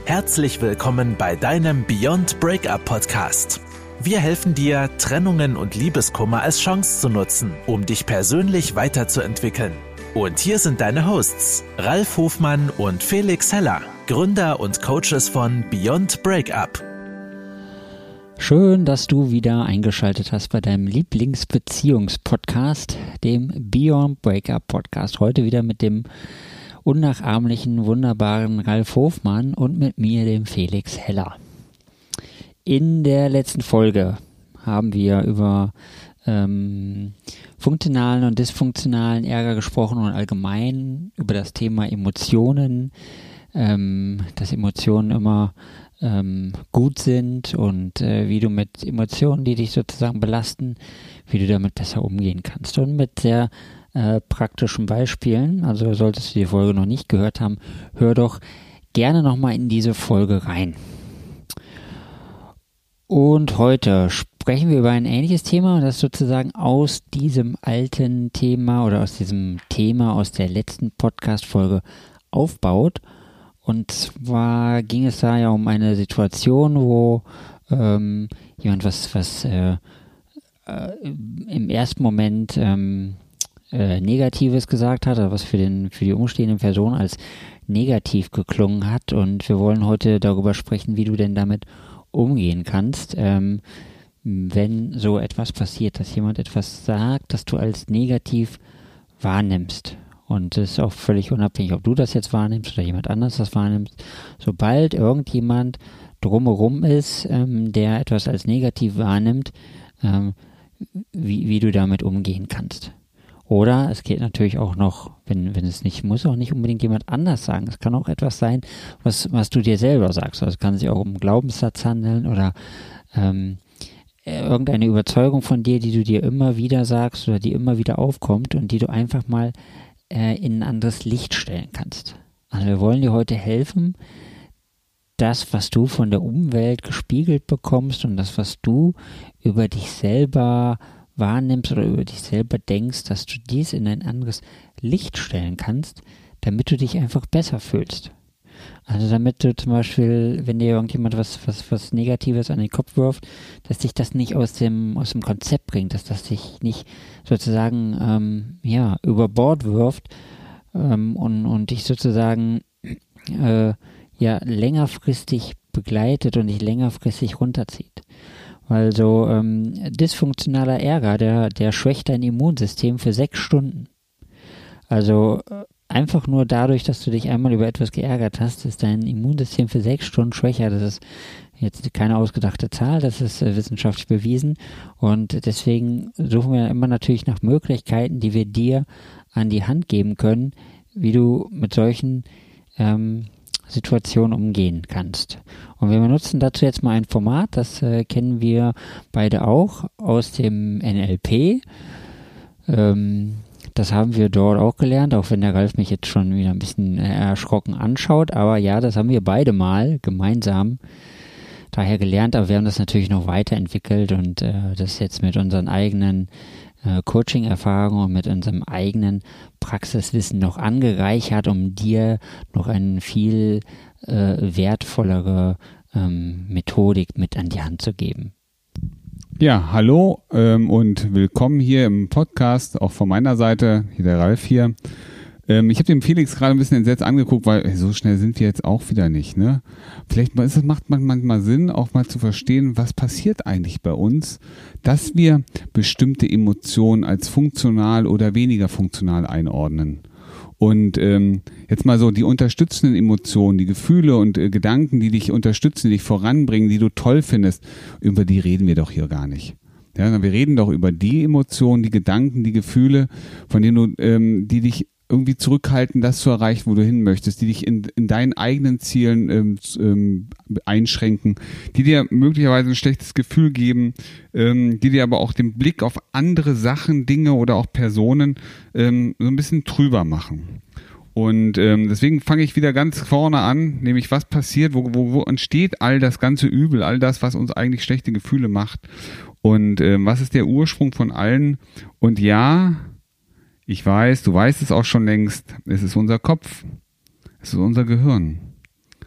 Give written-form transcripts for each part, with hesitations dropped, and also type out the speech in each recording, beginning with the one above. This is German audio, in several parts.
Herzlich willkommen bei deinem Beyond Breakup Podcast. Wir helfen dir, Trennungen und Liebeskummer als Chance zu nutzen, um dich persönlich weiterzuentwickeln. Und hier sind deine Hosts, Ralf Hofmann und Felix Heller, Gründer und Coaches von Beyond Breakup. Schön, dass du wieder eingeschaltet hast bei deinem Lieblingsbeziehungspodcast, dem Beyond Breakup Podcast. Heute wieder mit dem unnachahmlichen, wunderbaren Ralf Hofmann und mit mir, dem Felix Heller. In der letzten Folge haben wir über funktionalen und dysfunktionalen Ärger gesprochen und allgemein über das Thema Emotionen, dass Emotionen immer gut sind und wie du mit Emotionen, die dich sozusagen belasten, wie du damit besser umgehen kannst. Und mit sehr praktischen Beispielen, also solltest du die Folge noch nicht gehört haben, hör doch gerne nochmal in diese Folge rein. Und heute sprechen wir über ein ähnliches Thema, das sozusagen aus diesem alten Thema oder aus diesem Thema aus der letzten Podcast-Folge aufbaut. Und zwar ging es da ja um eine Situation, wo jemand was im ersten Moment Negatives gesagt hat, oder was für die umstehende Person als negativ geklungen hat. Und wir wollen heute darüber sprechen, wie du denn damit umgehen kannst, wenn so etwas passiert, dass jemand etwas sagt, das du als negativ wahrnimmst. Und es ist auch völlig unabhängig, ob du das jetzt wahrnimmst oder jemand anders das wahrnimmst. Sobald irgendjemand drumherum ist, der etwas als negativ wahrnimmt, wie du damit umgehen kannst. Oder es geht natürlich auch noch, wenn es nicht, muss auch nicht unbedingt jemand anders sagen. Es kann auch etwas sein, was du dir selber sagst. Also es kann sich auch um einen Glaubenssatz handeln oder irgendeine Überzeugung von dir, die du dir immer wieder sagst oder die immer wieder aufkommt und die du einfach mal in ein anderes Licht stellen kannst. Also wir wollen dir heute helfen, das, was du von der Umwelt gespiegelt bekommst und das, was du über dich selber wahrnimmst oder über dich selber denkst, dass du dies in ein anderes Licht stellen kannst, damit du dich einfach besser fühlst. Also damit du zum Beispiel, wenn dir irgendjemand was Negatives an den Kopf wirft, dass dich das nicht aus dem Konzept bringt, dass das dich nicht sozusagen über Bord wirft und dich sozusagen längerfristig begleitet und dich längerfristig runterzieht. Weil so dysfunktionaler Ärger, der schwächt dein Immunsystem für 6 Stunden. Also einfach nur dadurch, dass du dich einmal über etwas geärgert hast, ist dein Immunsystem für 6 Stunden schwächer. Das ist jetzt keine ausgedachte Zahl, das ist wissenschaftlich bewiesen. Und deswegen suchen wir immer natürlich nach Möglichkeiten, die wir dir an die Hand geben können, wie du mit solchen Situation umgehen kannst. Und wir benutzen dazu jetzt mal ein Format, das kennen wir beide auch aus dem NLP. Das haben wir dort auch gelernt, auch wenn der Ralf mich jetzt schon wieder ein bisschen erschrocken anschaut. Aber ja, das haben wir beide mal gemeinsam daher gelernt. Aber wir haben das natürlich noch weiterentwickelt und das jetzt mit unseren eigenen Coaching-Erfahrung und mit unserem eigenen Praxiswissen noch angereichert, um dir noch eine viel wertvollere Methodik mit an die Hand zu geben. Ja, hallo und willkommen hier im Podcast, auch von meiner Seite, hier der Ralf hier. Ich habe den Felix gerade ein bisschen entsetzt angeguckt, weil so schnell sind wir jetzt auch wieder nicht, ne? Vielleicht macht man manchmal Sinn, auch mal zu verstehen, was passiert eigentlich bei uns, dass wir bestimmte Emotionen als funktional oder weniger funktional einordnen. Und jetzt mal so die unterstützenden Emotionen, die Gefühle und Gedanken, die dich unterstützen, die dich voranbringen, die du toll findest, über die reden wir doch hier gar nicht. Ja, wir reden doch über die Emotionen, die Gedanken, die Gefühle, von denen du, die dich irgendwie zurückhalten, das zu erreichen, wo du hin möchtest, die dich in deinen eigenen Zielen einschränken, die dir möglicherweise ein schlechtes Gefühl geben, die dir aber auch den Blick auf andere Sachen, Dinge oder auch Personen so ein bisschen trüber machen. Und deswegen fange ich wieder ganz vorne an, nämlich was passiert, wo entsteht all das ganze Übel, all das, was uns eigentlich schlechte Gefühle macht und was ist der Ursprung von allen. Und ja, ich weiß, du weißt es auch schon längst, es ist unser Kopf, es ist unser Gehirn.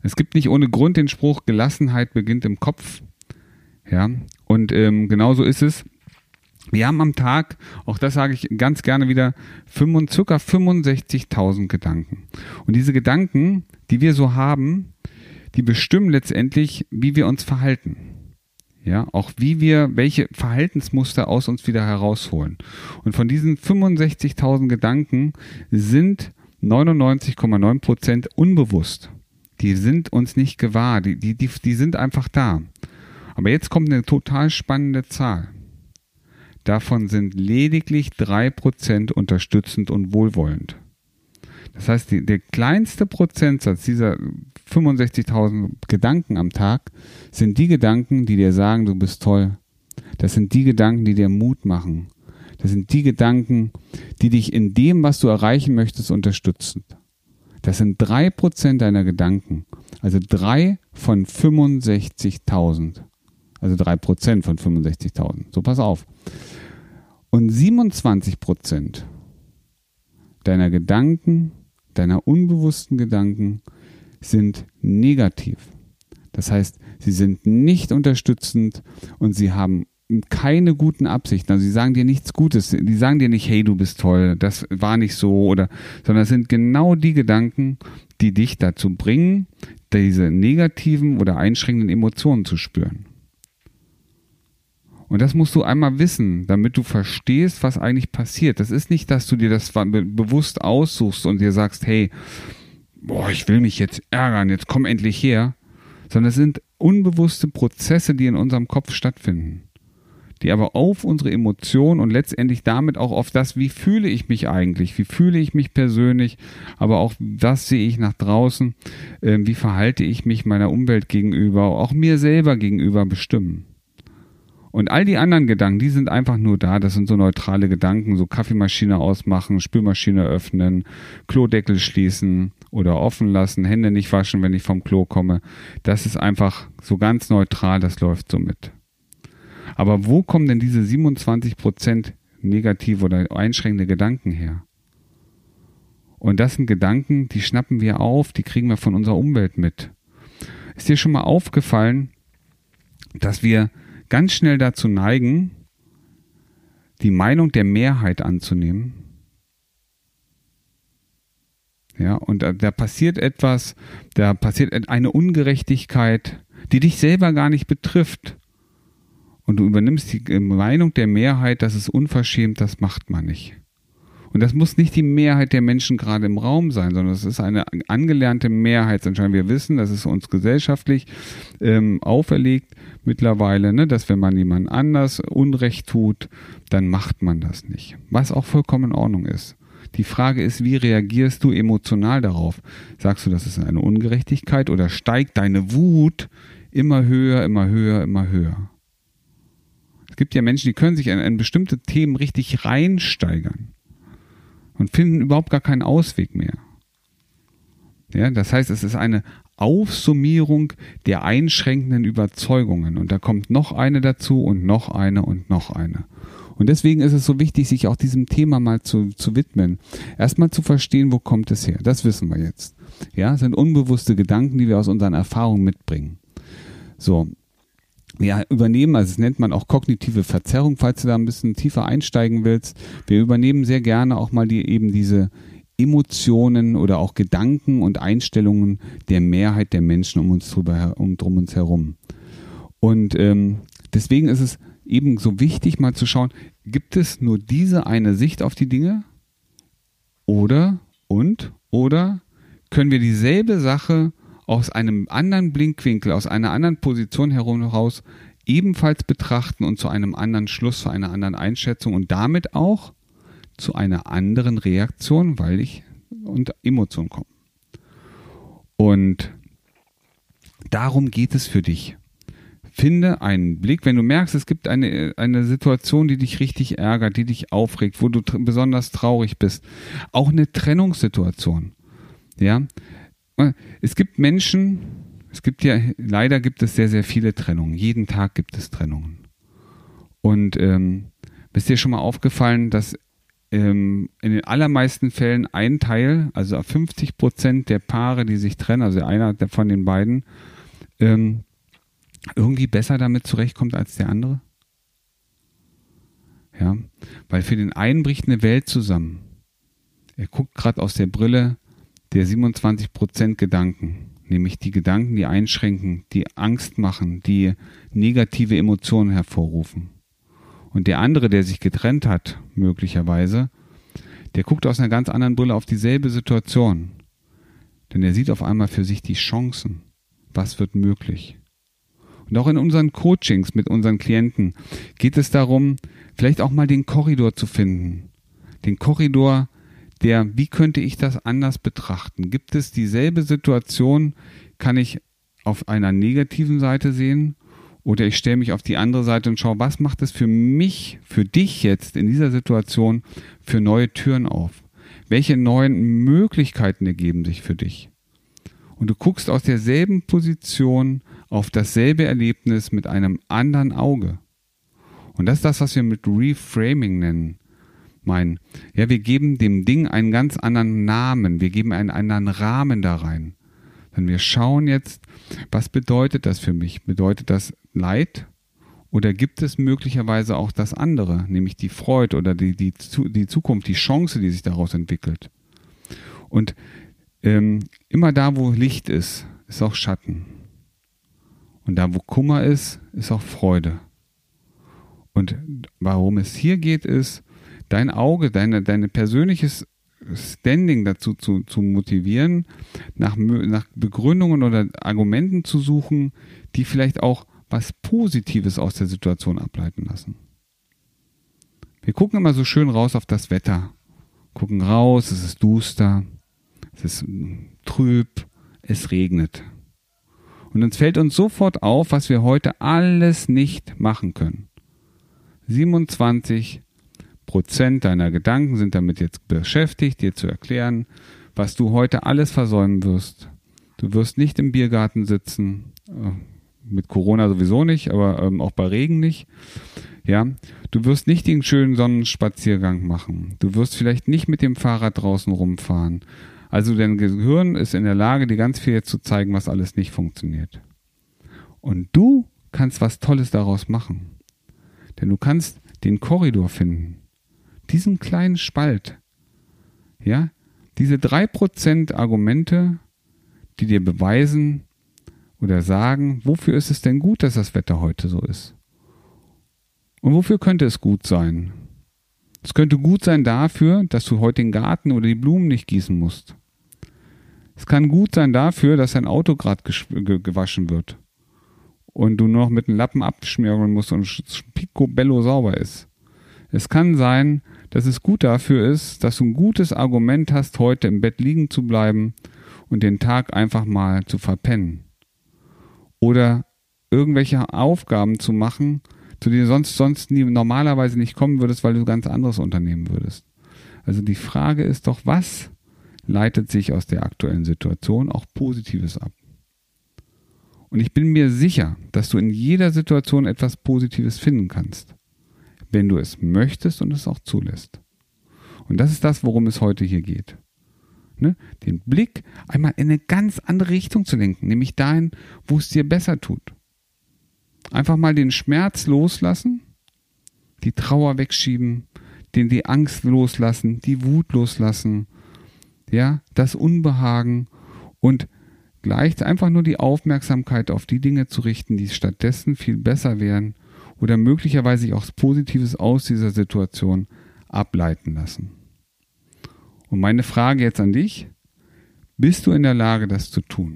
Es gibt nicht ohne Grund den Spruch, Gelassenheit beginnt im Kopf. Ja, und genauso ist es. Wir haben am Tag, auch das sage ich ganz gerne wieder, ca. 65.000 Gedanken. Und diese Gedanken, die wir so haben, die bestimmen letztendlich, wie wir uns verhalten. Ja, auch welche Verhaltensmuster aus uns wieder herausholen. Und von diesen 65.000 Gedanken sind 99,9% unbewusst. Die sind uns nicht gewahr, die sind einfach da. Aber jetzt kommt eine total spannende Zahl. Davon sind lediglich 3% unterstützend und wohlwollend. Das heißt, der kleinste Prozentsatz dieser 65.000 Gedanken am Tag sind die Gedanken, die dir sagen, du bist toll. Das sind die Gedanken, die dir Mut machen. Das sind die Gedanken, die dich in dem, was du erreichen möchtest, unterstützen. Das sind 3% deiner Gedanken. Also 3 von 65.000. Also 3% von 65.000. So, pass auf. Und 27% deiner Gedanken, deiner unbewussten Gedanken sind negativ. Das heißt, sie sind nicht unterstützend und sie haben keine guten Absichten. Also sie sagen dir nichts Gutes. Die sagen dir nicht, hey, du bist toll, das war nicht so, sondern es sind genau die Gedanken, die dich dazu bringen, diese negativen oder einschränkenden Emotionen zu spüren. Und das musst du einmal wissen, damit du verstehst, was eigentlich passiert. Das ist nicht, dass du dir das bewusst aussuchst und dir sagst, hey, ich will mich jetzt ärgern, jetzt komm endlich her. Sondern es sind unbewusste Prozesse, die in unserem Kopf stattfinden. Die aber auf unsere Emotionen und letztendlich damit auch auf das, wie fühle ich mich eigentlich, wie fühle ich mich persönlich, aber auch was sehe ich nach draußen, wie verhalte ich mich meiner Umwelt gegenüber, auch mir selber gegenüber bestimmen. Und all die anderen Gedanken, die sind einfach nur da, das sind so neutrale Gedanken, so Kaffeemaschine ausmachen, Spülmaschine öffnen, Klodeckel schließen oder offen lassen, Hände nicht waschen, wenn ich vom Klo komme. Das ist einfach so ganz neutral, das läuft so mit. Aber wo kommen denn diese 27% negative oder einschränkende Gedanken her? Und das sind Gedanken, die schnappen wir auf, die kriegen wir von unserer Umwelt mit. Ist dir schon mal aufgefallen, dass wir ganz schnell dazu neigen, die Meinung der Mehrheit anzunehmen? Ja, und da passiert etwas, da passiert eine Ungerechtigkeit, die dich selber gar nicht betrifft. Und du übernimmst die Meinung der Mehrheit, das ist unverschämt, das macht man nicht. Und das muss nicht die Mehrheit der Menschen gerade im Raum sein, sondern es ist eine angelernte Mehrheitsentscheidung. Wir wissen, das ist uns gesellschaftlich auferlegt mittlerweile, ne, dass wenn man jemand anders Unrecht tut, dann macht man das nicht. Was auch vollkommen in Ordnung ist. Die Frage ist, wie reagierst du emotional darauf? Sagst du, das ist eine Ungerechtigkeit oder steigt deine Wut immer höher, immer höher, immer höher? Es gibt ja Menschen, die können sich in bestimmte Themen richtig reinsteigern und finden überhaupt gar keinen Ausweg mehr. Ja, das heißt, es ist eine Aufsummierung der einschränkenden Überzeugungen und da kommt noch eine dazu und noch eine und noch eine. Und deswegen ist es so wichtig, sich auch diesem Thema mal zu widmen. Erstmal zu verstehen, wo kommt es her? Das wissen wir jetzt. Ja, es sind unbewusste Gedanken, die wir aus unseren Erfahrungen mitbringen. So. Wir übernehmen, also es nennt man auch kognitive Verzerrung, falls du da ein bisschen tiefer einsteigen willst. Wir übernehmen sehr gerne auch mal diese Emotionen oder auch Gedanken und Einstellungen der Mehrheit der Menschen um uns herum. Und deswegen ist es eben so wichtig, mal zu schauen, gibt es nur diese eine Sicht auf die Dinge? Oder können wir dieselbe Sache aus einem anderen Blickwinkel, aus einer anderen Position heraus ebenfalls betrachten und zu einem anderen Schluss, zu einer anderen Einschätzung und damit auch zu einer anderen Reaktion, weil ich unter Emotionen komme. Und darum geht es für dich. Finde einen Blick, wenn du merkst, es gibt eine Situation, die dich richtig ärgert, die dich aufregt, wo du besonders traurig bist. Auch eine Trennungssituation. Ja, es gibt Menschen, leider gibt es sehr, sehr viele Trennungen. Jeden Tag gibt es Trennungen. Und ist dir schon mal aufgefallen, dass in den allermeisten Fällen ein Teil, also 50% der Paare, die sich trennen, also einer von den beiden, irgendwie besser damit zurechtkommt als der andere? Ja, weil für den einen bricht eine Welt zusammen. Er guckt gerade aus der Brille der 27% Gedanken, nämlich die Gedanken, die einschränken, die Angst machen, die negative Emotionen hervorrufen. Und der andere, der sich getrennt hat, möglicherweise, der guckt aus einer ganz anderen Brille auf dieselbe Situation. Denn er sieht auf einmal für sich die Chancen. Was wird möglich? Und auch in unseren Coachings mit unseren Klienten geht es darum, vielleicht auch mal den Korridor zu finden. Den Korridor, wie könnte ich das anders betrachten? Gibt es dieselbe Situation, kann ich auf einer negativen Seite sehen? Oder ich stelle mich auf die andere Seite und schaue, was macht es für mich, für dich jetzt in dieser Situation für neue Türen auf? Welche neuen Möglichkeiten ergeben sich für dich? Und du guckst aus derselben Position auf dasselbe Erlebnis mit einem anderen Auge. Und das ist das, was wir mit Reframing meinen. Ja, wir geben dem Ding einen ganz anderen Namen. Wir geben einen anderen Rahmen da rein. Denn wir schauen jetzt, was bedeutet das für mich? Bedeutet das Leid? Oder gibt es möglicherweise auch das andere, nämlich die Freude oder die Zukunft, die Chance, die sich daraus entwickelt? Und immer da, wo Licht ist auch Schatten. Und da, wo Kummer ist auch Freude. Und warum es hier geht, ist, dein Auge, deine persönliches Standing dazu zu motivieren, nach Begründungen oder Argumenten zu suchen, die vielleicht auch was Positives aus der Situation ableiten lassen. Wir gucken immer so schön raus auf das Wetter. Gucken raus, es ist duster, es ist trüb, es regnet. Und uns fällt uns sofort auf, was wir heute alles nicht machen können. 27% deiner Gedanken sind damit jetzt beschäftigt, dir zu erklären, was du heute alles versäumen wirst. Du wirst nicht im Biergarten sitzen, mit Corona sowieso nicht, aber auch bei Regen nicht. Ja, du wirst nicht den schönen Sonnenspaziergang machen. Du wirst vielleicht nicht mit dem Fahrrad draußen rumfahren. Also dein Gehirn ist in der Lage, dir ganz viel jetzt zu zeigen, was alles nicht funktioniert. Und du kannst was Tolles daraus machen. Denn du kannst den Korridor finden. Diesen kleinen Spalt. Ja, diese 3% Argumente, die dir beweisen oder sagen, wofür ist es denn gut, dass das Wetter heute so ist? Und wofür könnte es gut sein? Es könnte gut sein dafür, dass du heute den Garten oder die Blumen nicht gießen musst. Es kann gut sein dafür, dass dein Auto gerade gewaschen wird und du noch mit einem Lappen abschmieren musst und picobello sauber ist. Es kann sein, dass es gut dafür ist, dass du ein gutes Argument hast, heute im Bett liegen zu bleiben und den Tag einfach mal zu verpennen. Oder irgendwelche Aufgaben zu machen, zu denen du sonst normalerweise nicht kommen würdest, weil du ganz anderes unternehmen würdest. Also die Frage ist doch, was leitet sich aus der aktuellen Situation auch Positives ab? Und ich bin mir sicher, dass du in jeder Situation etwas Positives finden kannst, wenn du es möchtest und es auch zulässt. Und das ist das, worum es heute hier geht. Ne? Den Blick einmal in eine ganz andere Richtung zu lenken, nämlich dahin, wo es dir besser tut. Einfach mal den Schmerz loslassen, die Trauer wegschieben, die Angst loslassen, die Wut loslassen, ja, das Unbehagen und gleich einfach nur die Aufmerksamkeit auf die Dinge zu richten, die stattdessen viel besser wären oder möglicherweise sich auch Positives aus dieser Situation ableiten lassen. Und meine Frage jetzt an dich, bist du in der Lage, das zu tun?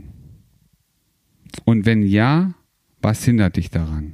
Und wenn ja, was hindert dich daran?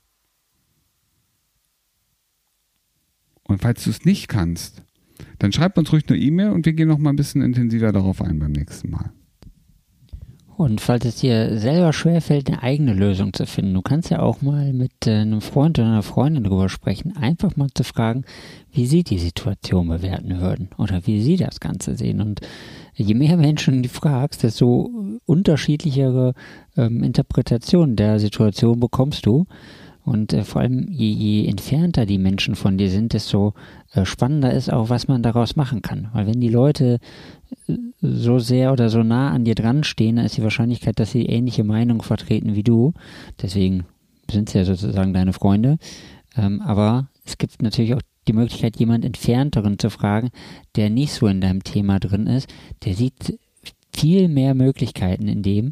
Und falls du es nicht kannst, dann schreib uns ruhig eine E-Mail und wir gehen noch mal ein bisschen intensiver darauf ein beim nächsten Mal. Und falls es dir selber schwerfällt, eine eigene Lösung zu finden, du kannst ja auch mal mit einem Freund oder einer Freundin darüber sprechen, einfach mal zu fragen, wie sie die Situation bewerten würden oder wie sie das Ganze sehen. Und je mehr Menschen du fragst, desto unterschiedlichere Interpretationen der Situation bekommst du. Und vor allem, je entfernter die Menschen von dir sind, desto spannender ist auch, was man daraus machen kann. Weil wenn die Leute so sehr oder so nah an dir dran stehen, dann ist die Wahrscheinlichkeit, dass sie ähnliche Meinung vertreten wie du. Deswegen sind es ja sozusagen deine Freunde. Aber es gibt natürlich auch die Möglichkeit, jemand Entfernteren zu fragen, der nicht so in deinem Thema drin ist. Der sieht viel mehr Möglichkeiten in dem,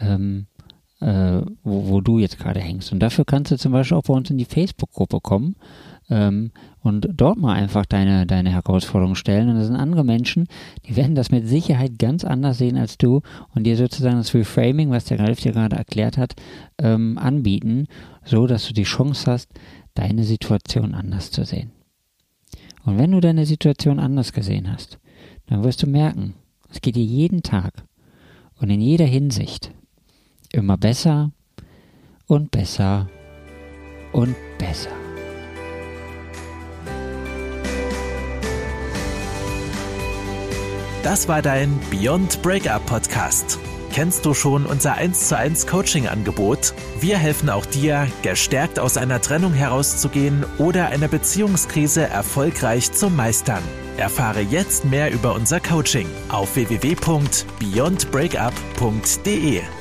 wo du jetzt gerade hängst. Und dafür kannst du zum Beispiel auch bei uns in die Facebook-Gruppe kommen und dort mal einfach deine Herausforderungen stellen. Und das sind andere Menschen, die werden das mit Sicherheit ganz anders sehen als du und dir sozusagen das Reframing, was der Ralf dir gerade erklärt hat, anbieten, so dass du die Chance hast, deine Situation anders zu sehen. Und wenn du deine Situation anders gesehen hast, dann wirst du merken, es geht dir jeden Tag und in jeder Hinsicht immer besser und besser und besser. Das war dein Beyond Breakup Podcast. Kennst du schon unser 1:1 Coaching-Angebot? Wir helfen auch dir, gestärkt aus einer Trennung herauszugehen oder eine Beziehungskrise erfolgreich zu meistern. Erfahre jetzt mehr über unser Coaching auf www.beyondbreakup.de.